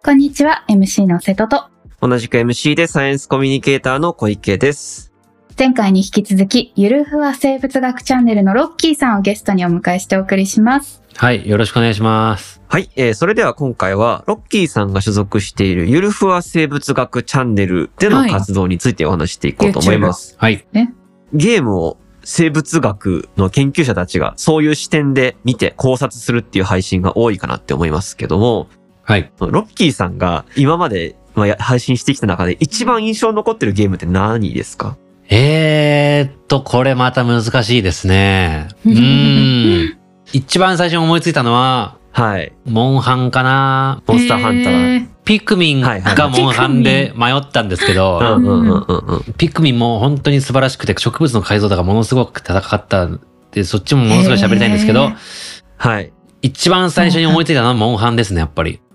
こんにちは、MC の瀬戸と同じく MC でサイエンスコミュニケーターの小池です。 前回に引き続きゆるふわ生物学チャンネルのロッキーさんをゲストにお迎えしてお送りします。 はい、よろしくお願いします。 はい、それでは今回はロッキーさんが所属しているゆるふわ生物学チャンネルでの活動についてお話していこうと思います。 はい。 ゲームを生物学の研究者たちがそういう視点で見て考察するっていう配信が多いかなって思いますけども、 はい。 ロッキーさんが今まで配信してきた中で一番印象に残ってるゲームって何ですか？ これまた難しいですね。一番最初に思いついたのは、 はい。 モンハンかな。 モンスターハンター。 ピクミンがモンハンで迷ったんですけど、ピクミンも本当に素晴らしくて、植物の解像度がものすごく高かったんで、そっちもものすごい喋りたいんですけど、 はい。 一番最初に思いついたのはモンハンですね、やっぱり。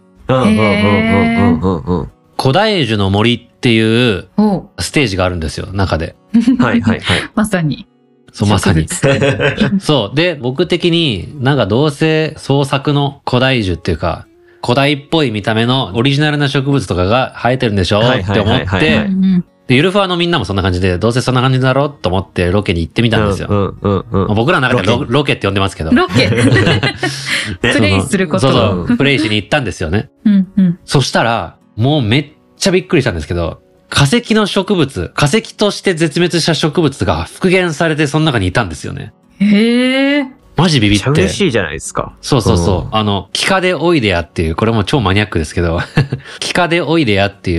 古代樹の森っていうステージがあるんですよ、中で。 はいはいはい。 まさに。 そう、まさに。そう。で、僕的にどうせ創作の古代樹っていうか、古代っぽい見た目のオリジナルな植物とかが生えてるんでしょって思って、で、ゆるふわのみんなもそんな感じで、どうせそんな感じだろうと思ってロケに行ってみたんですよ。僕らの中でロケって呼んでますけど。 ロケプレイすることを。 そう、プレイしに行ったんですよね。そしたら、もうめっちゃびっくりしたんですけど、化石の植物、化石として絶滅した植物が復元されてその中にいたんですよね。マジビビって。 めっちゃ嬉しいじゃないですか。 そうそうそう。キカデオイデアっていう、これも超マニアックですけど、キカデオイデアっていう、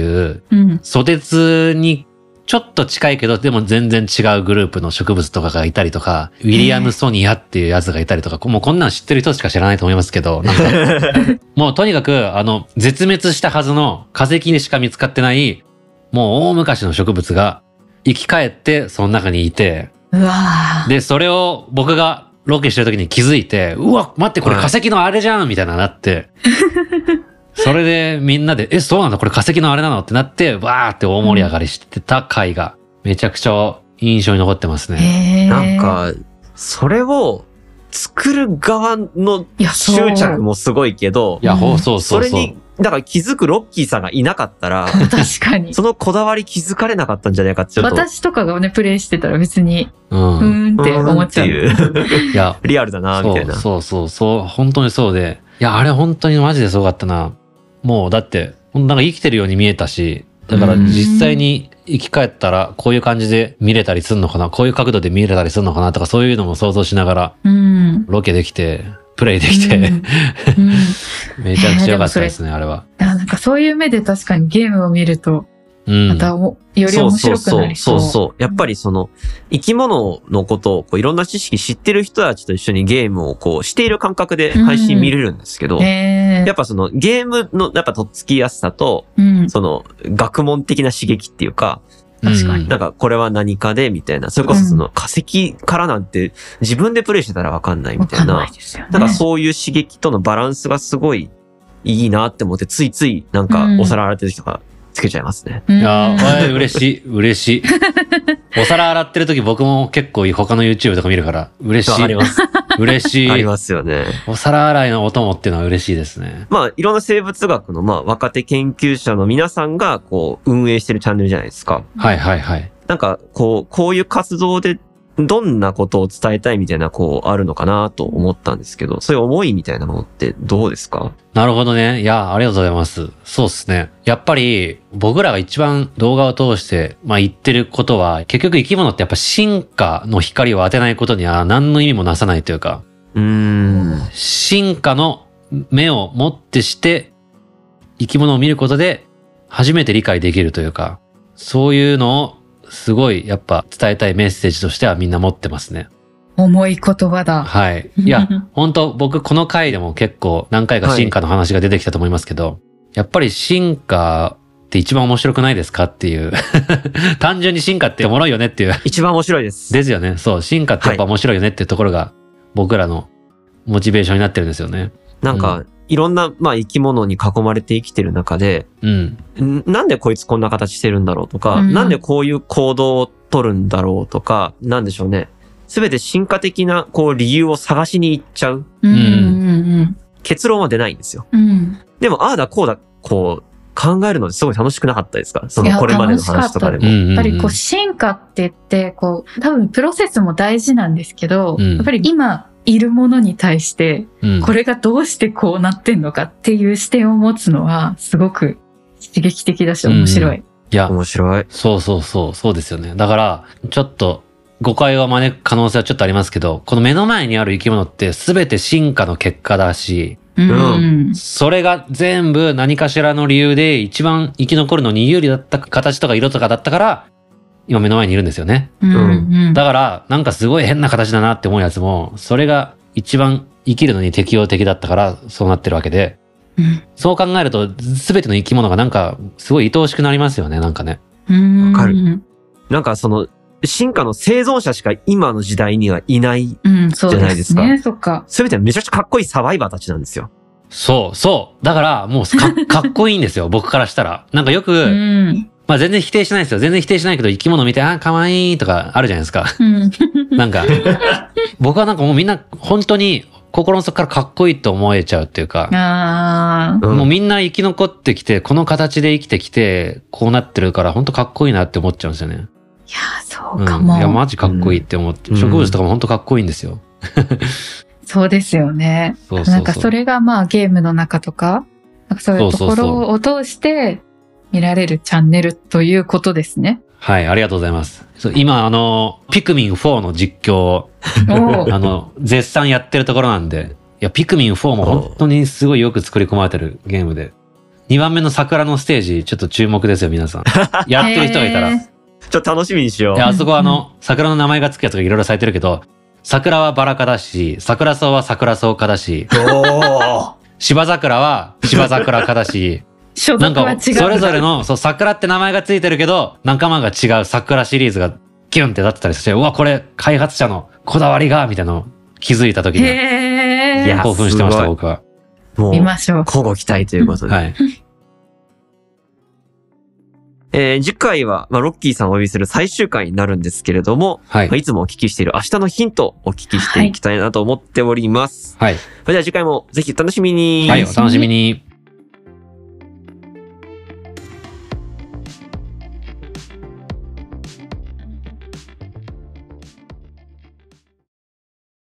ソテツにちょっと近いけど、でも全然違うグループの植物とかがいたりとか、ウィリアムソニアっていうやつがいたりとか、もうこんなん知ってる人しか知らないと思いますけど、もうとにかく、絶滅したはずの化石にしか見つかってない、もう大昔の植物が生き返ってその中にいて、で、それを僕がロケしてる時に気づいて、うわ、待って、これ化石のあれじゃんみたいななって、それでみんなで、そうなんだ、これ化石のあれなのってなって、わーって大盛り上がりしてた回が、めちゃくちゃ印象に残ってますね。 なんか、それを作る側の執着もすごいけど、それに、だから気づくロッキーさんがいなかったら、 確かに。 そのこだわり気づかれなかったんじゃないかってちょっと。 私とかがね、プレイしてたら別に、って思っちゃう。 いや、リアルだな、みたいな。 そう、本当にそうで。いや、あれ本当にマジですごかったな。もう、だって、生きてるように見えたし、だから実際に生き返ったら、こういう感じで見れたりするのかな、こういう角度で見れたりするのかなとか、そういうのも想像しながら、ロケできて、プレイできて、めちゃくちゃ良かったですね、あれは。 なんかそういう目で確かにゲームを見ると、またより面白くなりそう。 そう。やっぱり生き物のことをいろんな知識知ってる人たちと一緒にゲームをしている感覚で配信見れるんですけど、やっぱゲームのやっぱとっつきやすさと、学問的な刺激っていうか、 確かに。 これは何かで、みたいな。それこそ化石からなんて自分でプレイしてたらわかんないみたいな。そういう刺激とのバランスがすごいいいなって思って、ついついお皿洗ってる人がつけちゃいますね。 いやー、嬉しい。お皿洗ってる時僕も結構他の YouTube とか見るから、嬉しい。 あります。 嬉しい。 ありますよね。 お皿洗いのお供っていうのは嬉しいですね。 いろんな生物学の若手研究者の皆さんが運営してるチャンネルじゃないですか。 はい。 こういう活動でどんなことを伝えたいみたいなあるのかなと思ったんですけど、そういう思いみたいなものってどうですか？ なるほどね。いや、ありがとうございます。そうですね。やっぱり僕らが一番動画を通して言ってることは、結局生き物ってやっぱ進化の光を当てないことには何の意味もなさないというか、進化の目をもってして生き物を見ることで初めて理解できるというか、そういうのをすごいやっぱ伝えたいメッセージとしてはみんな持ってますね。 重い言葉だ。 はい。いや、本当僕この回でも結構何回か進化の話が出てきたと思いますけど、やっぱり進化って一番面白くないですかっていう。単純に進化っておもろいよねっていう。 一番面白いです。 ですよね。そう、進化ってやっぱ面白いよねっていうところが僕らのモチベーションになってるんですよね。 いろんな、生き物に囲まれて生きてる中で、なんでこいつこんな形してるんだろうとか、なんでこういう行動を取るんだろうとか、なんでしょうね。すべて進化的な理由を探しに行っちゃう。結論は出ないんですよ。でも、ああだこうだっこう、考えるのってすごい楽しくなかったですか？そのこれまでの話とかでも。 やっぱりこう進化って言って、こう、多分プロセスも大事なんですけど、やっぱり今いるものに対して、これがどうしてこうなってんのかっていう視点を持つのは、すごく刺激的だし面白い。 いや、 面白い。 そうですよね。だから、ちょっと、誤解を招く可能性はちょっとありますけど、この目の前にある生き物って全て進化の結果だし、それが全部何かしらの理由で一番生き残るのに有利だった形とか色とかだったから、今目の前にいるんですよね。だから、なんかすごい変な形だなって思うやつも、それが一番生きるのに適応的だったから、そうなってるわけで、そう考えると、全ての生き物がなんか、すごい愛おしくなりますよね、なんかね。 わかる。なんかその、進化の生存者しか今の時代にはいないじゃないですか。 そっか。 全てめちゃくちゃかっこいいサバイバーたちなんですよ。 そう。だからもうかっこいいんですよ、僕からしたら。なんかよく、まあ全然否定しないですよ。全然否定しないけど生き物見て、可愛いとかあるじゃないですか。なんか、僕はなんかもうみんな本当に心の底からかっこいいと思えちゃうっていうか、もうみんな生き残ってきて、この形で生きてきて、こうなってるから本当かっこいいなって思っちゃうんですよね。 いやそうかも。 いや、マジかっこいいって思って、植物とかも本当かっこいいんですよ。 そうですよね。なんかそれがまあゲームの中とか、なんかそういうところを通して見られるチャンネルということですね。 はい、ありがとうございます。今ピクミン4の実況を、絶賛やってるところなんで、いや、ピクミン4も本当にすごいよく作り込まれてるゲームで、2番目の桜のステージ、ちょっと注目ですよ、皆さん。やってる人がいたら。 ちょっと楽しみにしよう。 あそこ桜の名前が付くやつがいろいろされてるけど、桜はバラ科だし、桜草は桜草科だし、芝桜は芝桜科だし、なんかそれぞれの桜って名前が付いてるけど、仲間が違う桜シリーズがギュンってなってたりして、うわ、これ開発者のこだわりが、みたいなの気づいた時に興奮してました、僕は。 もう、見ましょう。交互期待ということで。はい。次回は、ロッキーさんをお呼びする最終回になるんですけれども、はい。いつもお聞きしている明日のヒントをお聞きしていきたいなと思っております。はい。それでは次回もぜひお楽しみに。 はい、お楽しみに。